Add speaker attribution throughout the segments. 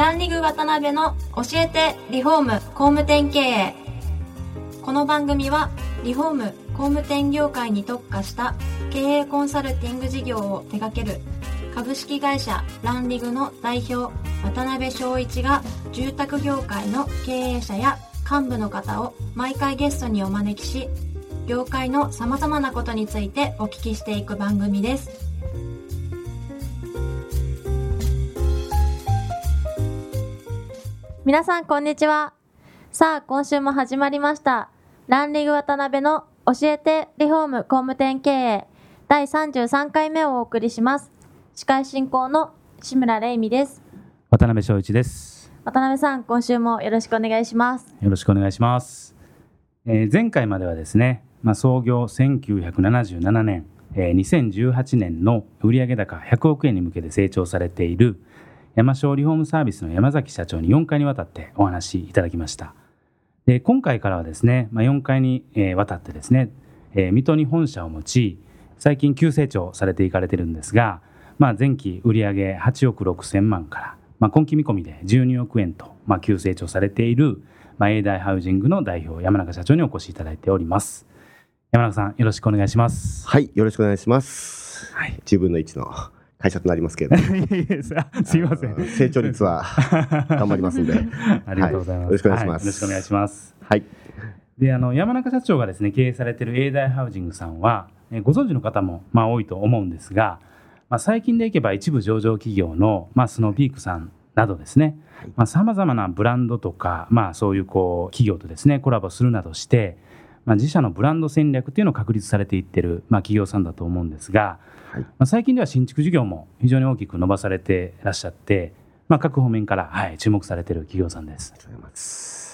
Speaker 1: ランリグ渡辺の教えてリフォーム工務店経営。この番組はリフォーム工務店業界に特化した経営コンサルティング事業を手掛ける株式会社ランリグの代表渡辺翔一が住宅業界の経営者や幹部の方を毎回ゲストにお招きし、業界のさまざまなことについてお聞きしていく番組です。皆さんこんにちは。さあ今週も始まりましたランリグ渡辺の教えてリフォーム工務店経営第33回目をお送りします。司会進行の志村玲美です。
Speaker 2: 渡辺翔一です。
Speaker 1: 渡辺さん、今週もよろしくお願いします。
Speaker 2: よろしくお願いします。前回まではですね、創業1977年、2018年の売上高100億円に向けて成長されている山翔リフォームサービスの山崎社長に4回にわたってお話しいただきました。で今回からはですね、4回にわたってですね、水戸に本社を持ち最近急成長されていかれているんですが、前期売上8億6千万から、今期見込みで12億円と、急成長されている、永大ハウジングの代表山中社長にお越しいただいております。山中さん、よろしくお願いします。
Speaker 3: はい、よろしくお願いします。
Speaker 2: はい、
Speaker 3: 10分の1の会社となりますけれども
Speaker 2: すいません、
Speaker 3: 成長率は頑張りますので
Speaker 2: ありがとうございます、
Speaker 3: よろしくお願いします。
Speaker 2: よろしくお願いします。
Speaker 3: はい。
Speaker 2: で山中社長がですね経営されている永大ハウジングさんは、ご存知の方も多いと思うんですが、最近でいけば一部上場企業の、スノーピークさんなどですね、さまざまなブランドとか、そういう企業とですねコラボするなどして、自社のブランド戦略というのを確立されていっている、企業さんだと思うんですが、最近では新築事業も非常に大きく伸ばされていらっしゃって、各方面から、注目されている企業さんです。
Speaker 3: ありがとうございます。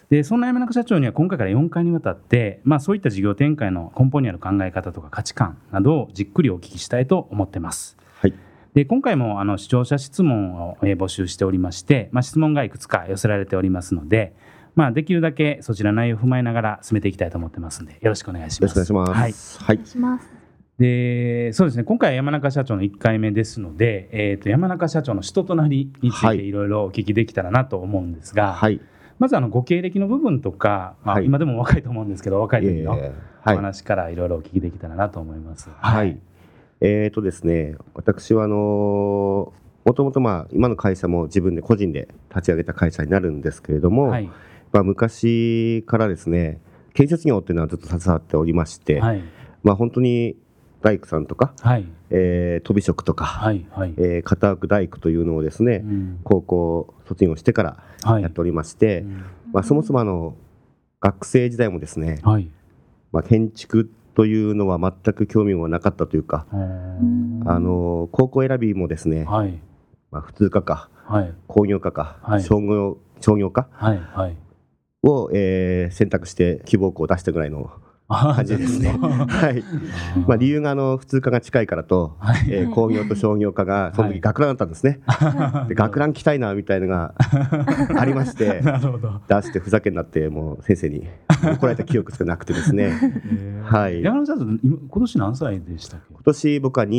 Speaker 2: でそんな山中社長には今回から4回にわたって、そういった事業展開の根本にある考え方とか価値観などをじっくりお聞きしたいと思ってます。
Speaker 3: はい。
Speaker 2: で今回も視聴者質問を募集しておりまして、質問がいくつか寄せられておりますので、できるだけそちら内容を踏まえながら進めていきたいと思ってますので、よろしくお願いします。
Speaker 3: よろしくお願いします。はい。
Speaker 1: はい。
Speaker 2: でそうですね、今回は山中社長の1回目ですので、山中社長の人となりについていろいろお聞きできたらなと思うんですが、
Speaker 3: はい、
Speaker 2: まずご経歴の部分とか、今でも若いと思うんですけど若い時のお話からいろいろお聞きできたらなと思います。
Speaker 3: はい。ですね、私はもともと今の会社も自分で個人で立ち上げた会社になるんですけれども、昔からですね建設業っていうのはずっと携わっておりまして、本当に大工さんとか、飛び職とか、型枠大工というのをですね、高校卒業してからやっておりまして、そもそも学生時代もですね、建築というのは全く興味もなかったというか、高校選びもですね、普通科か、工業科か、商業科を、選択して希望校を出したぐらいの感じですね。理由が普通科が近いからと、工業と商業科がその時学ランだったんですね。で学ラン着たいなみたいなのがありまして出してふざけになってもう先生に怒られた記憶しかなくてですね。
Speaker 2: 山中さん、今年何歳でしたっけ？
Speaker 3: 今年僕は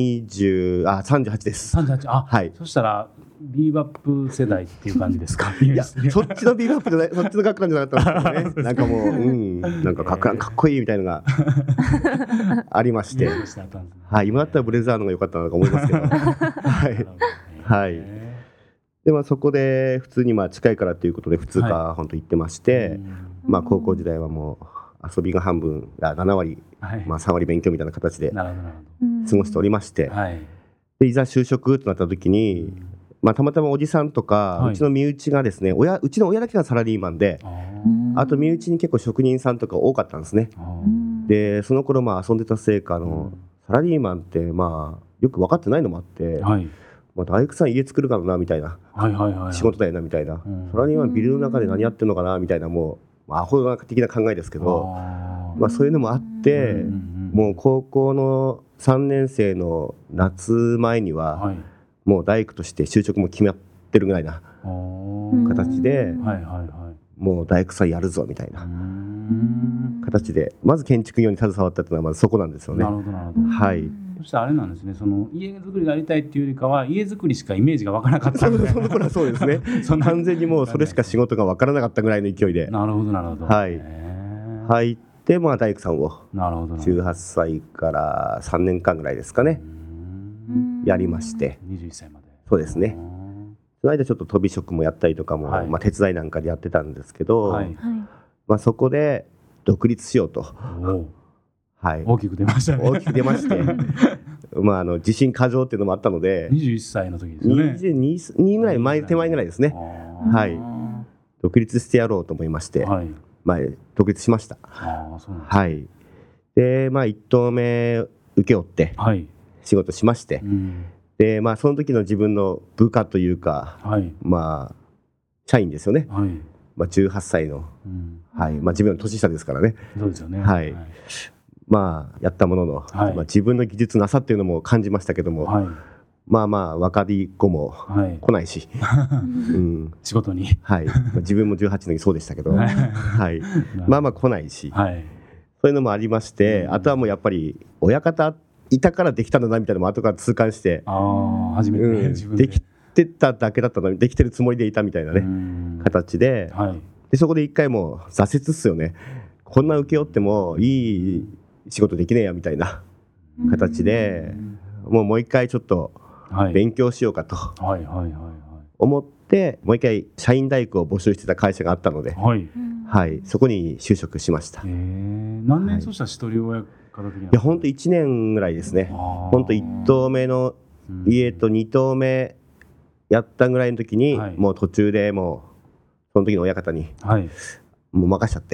Speaker 3: 38です。
Speaker 2: 38。そしたらビーバップ世代っていう感じですか？
Speaker 3: いや、そっちのビーバップじゃない、そっちの学ランじゃなかったんですけどね。なんかもう、なんか学ランかっこいいみたいなのがありまして、今だったらブレザーの方が良かったのか思いますけど、でそこで普通に近いからということで普通科本当行ってまして、高校時代はもう遊びが半分、7割、3割勉強みたいな形で過ごしておりまして、でいざ就職となった時に、たまたまおじさんとか、うちの身内がですね、うちの親だけがサラリーマンで、あと身内に結構職人さんとか多かったんですね。でその頃遊んでたせいかサラリーマンってよく分かってないのもあって、大工さん家作るからなみたいな、仕事だよなみたいな、サラリーマンビルの中で何やってんのかなみたいな、もうアホ的な考えですけど、そういうのもあって、もう高校の3年生の夏前には、もう大工として就職も決まってるぐらいな形で、もう大工さんやるぞみたいな形でまず建築業に携わったというのはまずそこなんですよね。
Speaker 2: そしたらあれなんですね、その家づくりがやりたいっていうよりかは家づくりしかイメージが分からなかったみたいな。
Speaker 3: その頃はそうですね完全にもうそれしか仕事が分からなかったぐらいの勢いで、
Speaker 2: なるほどなるほど、
Speaker 3: はい入って、まあ、大工さんを
Speaker 2: なるほど
Speaker 3: 18歳から3年間ぐらいですかねやりまして、
Speaker 2: 21歳まで。
Speaker 3: そうですね。その間ちょっと飛び職もやったりとかも、
Speaker 2: はい
Speaker 3: まあ、手伝いなんかでやってたんですけど、
Speaker 2: はい
Speaker 3: まあ、そこで独立しようと、はい、
Speaker 2: 大きく出ましたね。
Speaker 3: 大きく出ましてまあ、自信過剰っていうのもあったので
Speaker 2: 21歳の時ですよね。
Speaker 3: 22ぐらい手前ぐらいですね。はい、独立してやろうと思いまして、
Speaker 2: はい
Speaker 3: まあ、独立しました。
Speaker 2: そうなんですね。
Speaker 3: はい、で、まあ、1棟目請け負って仕事しまして、で、まあ、その時の自分の部下というか、まあ、社員ですよね、まあ、18歳の、はいまあ、自分の年下ですからね。
Speaker 2: そうですよね。
Speaker 3: はいまあ、やったものの、まあ、自分の技術なさっていうのも感じましたけども、まあまあ若い子も来ないし、
Speaker 2: 仕事に、
Speaker 3: はいまあ、自分も18の時そうでしたけど、はいまあまあ来ないし、そういうのもありまして、あとはもうやっぱり親方いたからできたんだなみたいなのも後から痛感して、
Speaker 2: 初めて自分で
Speaker 3: できてただけだったのにできてるつもりでいたみたいなね形で、でそこで一回もう挫折っすよね。こんな請け負ってもいい仕事できねえやみたいな形で、もう一回ちょっと勉強しようかと思ってもう一回社員大工を募集してた会社があったので、そこに就職しました。
Speaker 2: 何年そうした一人親方的には？
Speaker 3: いや本当1年ぐらいですね。本当1棟目の家と2棟目やったぐらいの時に、もう途中でもうその時の親方にもう任しちゃって、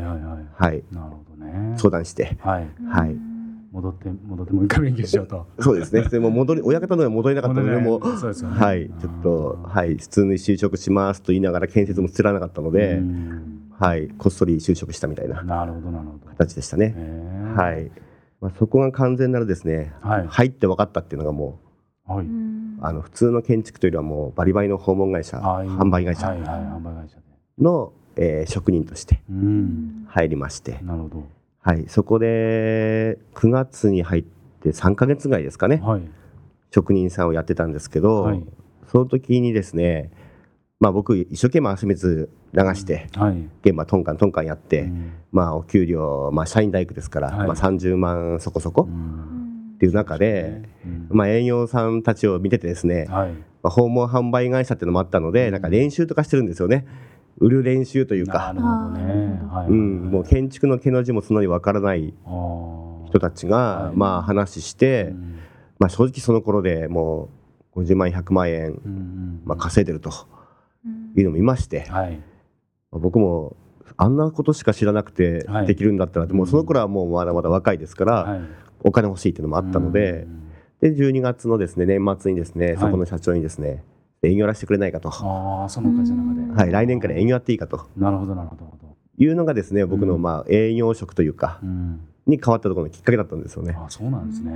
Speaker 3: 相談して、
Speaker 2: 戻ってもう一回勉強しようと。
Speaker 3: そうですね。でも親方の方は戻れなかったので、もうちょっと普通に就職しますと言いながら建設もつらなかったので、こっそり就職したみたいな形でしたね。まあそこが完全なるですね、入って分かったっていうのがもう、普通の建築というよりはもうバリバリの訪問会社、販売会社の職人として入りまして、そこで9月に入って3ヶ月ぐらいですかね、職人さんをやってたんですけど、その時にですね、まあ、僕一生懸命汗水流して現場トンカンやって、まあ、お給料、まあ、社員大工ですから、まあ、30万そこそこっていう中で、まあ、営業さんたちを見ててですね、まあ、訪問販売会社っていうのもあったので、なんか練習とかしてるんですよね。売る練習というか、もう建築の毛の字もそんなにわからない人たちがまあ話して、まあ正直その頃でもう50万円100万円まあ稼いでるというのもいまして、僕もあんなことしか知らなくてできるんだったら、もうその頃はもうまだまだ若いですからお金欲しいっていうのもあったので、で12月のですね年末にですね、そこの社長にですね営業やらせてくれないかと、
Speaker 2: その会社の中で、
Speaker 3: 来年から営業やっていいかというのがですね、僕のまあ営業職というか、に変わったところのきっかけだったんですよね。
Speaker 2: そうなんですね。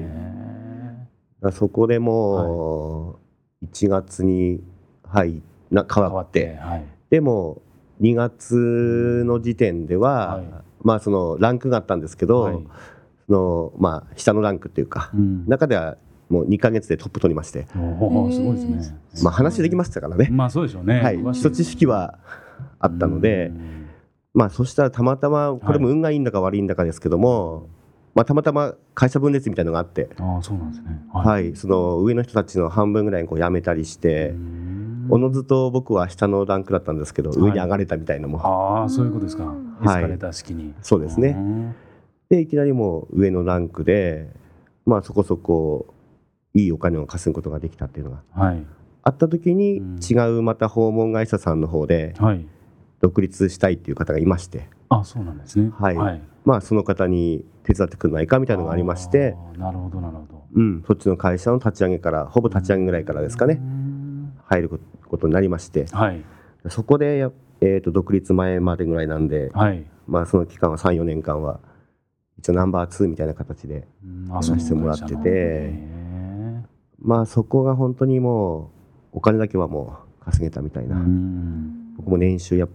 Speaker 3: そこでもう1月に、変わって、でも2月の時点では、まあそのランクがあったんですけど、そのまあ下のランクっていうか、中ではもう2ヶ月でトップ取りまして、す
Speaker 2: ごいですね。
Speaker 3: まあ話できましたからね。
Speaker 2: まあそうでしょうね。
Speaker 3: 基礎知識はあったので、まあそしたらたまたまこれも運がいいんだか悪いんだかですけども、まあたまたま会社分裂みたいなのがあって、
Speaker 2: そうなんですね。
Speaker 3: その上の人たちの半分ぐらいこう辞めたりして、おのずと僕は下のランクだったんですけど、上に上がれたみたいなのも、
Speaker 2: そういうことですか。エスカレーター式に。
Speaker 3: そうですね。でいきなりもう上のランクで、まあそこそこいいお金を稼ぐことができたっていうのがあった時に、違うまた訪問会社さんの方で独立したいっていう方がいまして、
Speaker 2: そうなんですね。
Speaker 3: まあその方に手伝ってくれないかみたいなのがありまして、そっちの会社の立ち上げからほぼ立ち上げぐらいからですかね、入ることになりまして、そこで独立前までぐらいなんで、まあその期間は 3,4 年間は一応ナンバー2みたいな形でやらせてもらってて、まあそこが本当にもうお金だけはもう稼げたみたいな、僕も年収やっぱり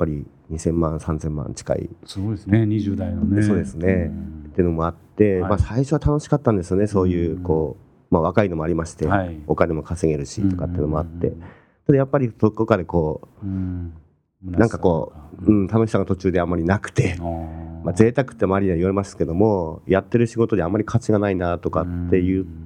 Speaker 3: 2000万3000万近い。
Speaker 2: すごいですね、20代のね。
Speaker 3: そうですね、っていうのもあって、
Speaker 2: はい
Speaker 3: 最初は楽しかったんですよね。そういうこう、若いのもありまして、
Speaker 2: はい、
Speaker 3: お金も稼げるしとかっていうのもあって、ただやっぱりどこかでこう、なんかこう、楽しさが途中であんまりなくて、贅沢って周りには言われますけども、やってる仕事であんまり価値がないなとかって言って、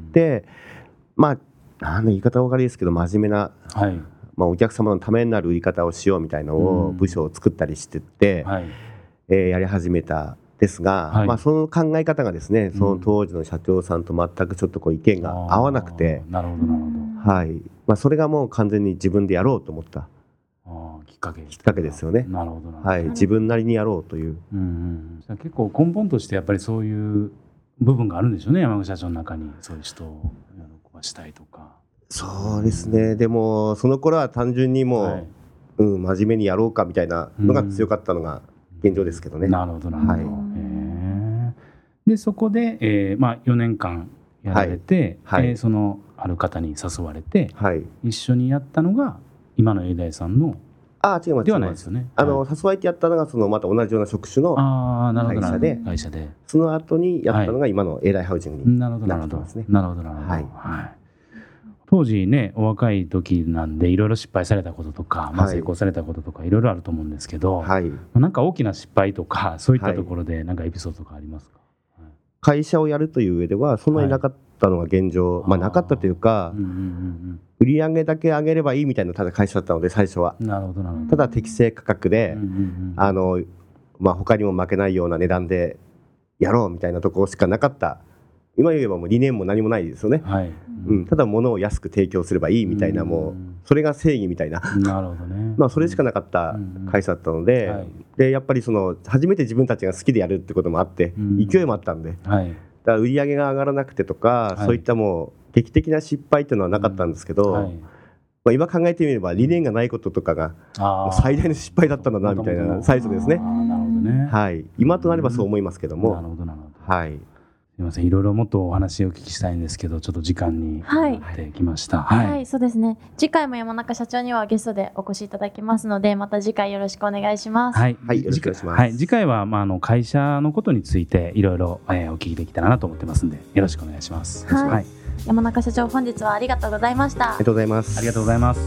Speaker 3: 言い方は分かりですけど、真面目な、
Speaker 2: はい、
Speaker 3: お客様のためになる売り方をしようみたいなのを部署を作ったりしてって、やり始めたですが、
Speaker 2: はい、
Speaker 3: その考え方がですね、その当時の社長さんと全くちょっとこう意見が合わなくて、
Speaker 2: なるほどなるほど、
Speaker 3: はい、それがもう完全に自分でやろうと思ったきっかけですよね。
Speaker 2: なるほどなるほど、
Speaker 3: はい、自分なりにやろうという、
Speaker 2: 結構根本としてやっぱりそういう部分があるんでしょうね、山口社長の中に。そういう人を喜ばしたいとか。
Speaker 3: そうですね、でもその頃は単純にもう、真面目にやろうかみたいなのが強かったのが現状ですけどね。
Speaker 2: なるほどなるほど、でそこで、4年間やられて、そのある方に誘われて、一緒にやったのが今の永大さんの
Speaker 3: 違います。
Speaker 2: ではないですよね。
Speaker 3: 誘われてやったのがまた同じような職種の会社で、その後にやったのが今の永大ハウジングになってますね。
Speaker 2: なるほどなるほど、はい。当時ね、お若い時なんでいろいろ失敗されたこととか、成功されたこととかいろいろあると思うんですけど、なんか大きな失敗とかそういったところでなんかエピソードとかありますか？
Speaker 3: 会社をやるという上ではそんなになかったのが現状、なかったというか、売上だけ上げればいいみたいなただ会社だったので、最初は。
Speaker 2: なるほどなるほど。
Speaker 3: ただ適正価格で、他にも負けないような値段でやろうみたいなところしかなかった。今言えばもう理念も何もないですよね。ただ物を安く提供すればいいみたいな、もうそれが正義みたいな、
Speaker 2: なるほどね。
Speaker 3: それしかなかった会社だったので、でやっぱり初めて自分たちが好きでやるってこともあって、勢いもあったんで、だから売り上げが上がらなくてとか、そういったもう劇的な失敗っていうのはなかったんですけど、今考えてみれば理念がないこととかがもう最大の失敗だったんだなみたいな最初ですね。今となればそう思いますけども。すみません、いろいろもっとお話をお聞きしたいんですけど、ちょっと時間になってきました。
Speaker 1: そうですね。次回も山中社長にはゲストでお越しいただきますので、また次回よろしくお願いします。
Speaker 3: よろしくお願いします。
Speaker 2: 次回は会社のことについていろいろお聞きできたらなと思ってますので、よろしくお願いします。
Speaker 1: 山中社長、本日はありがとうございました。
Speaker 3: ありがとうございます。
Speaker 2: ありがとうございます。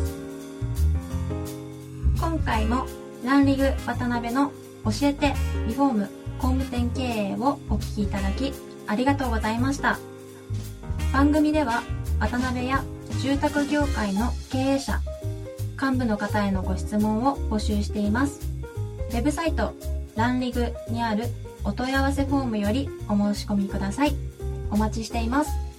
Speaker 1: 今回もランリグ渡辺の教えてリフォーム工務店経営をお聞きいただきありがとうございました。番組では渡辺や住宅業界の経営者、幹部の方へのご質問を募集しています。ウェブサイトランリグにあるお問い合わせフォームよりお申し込みください。お待ちしています。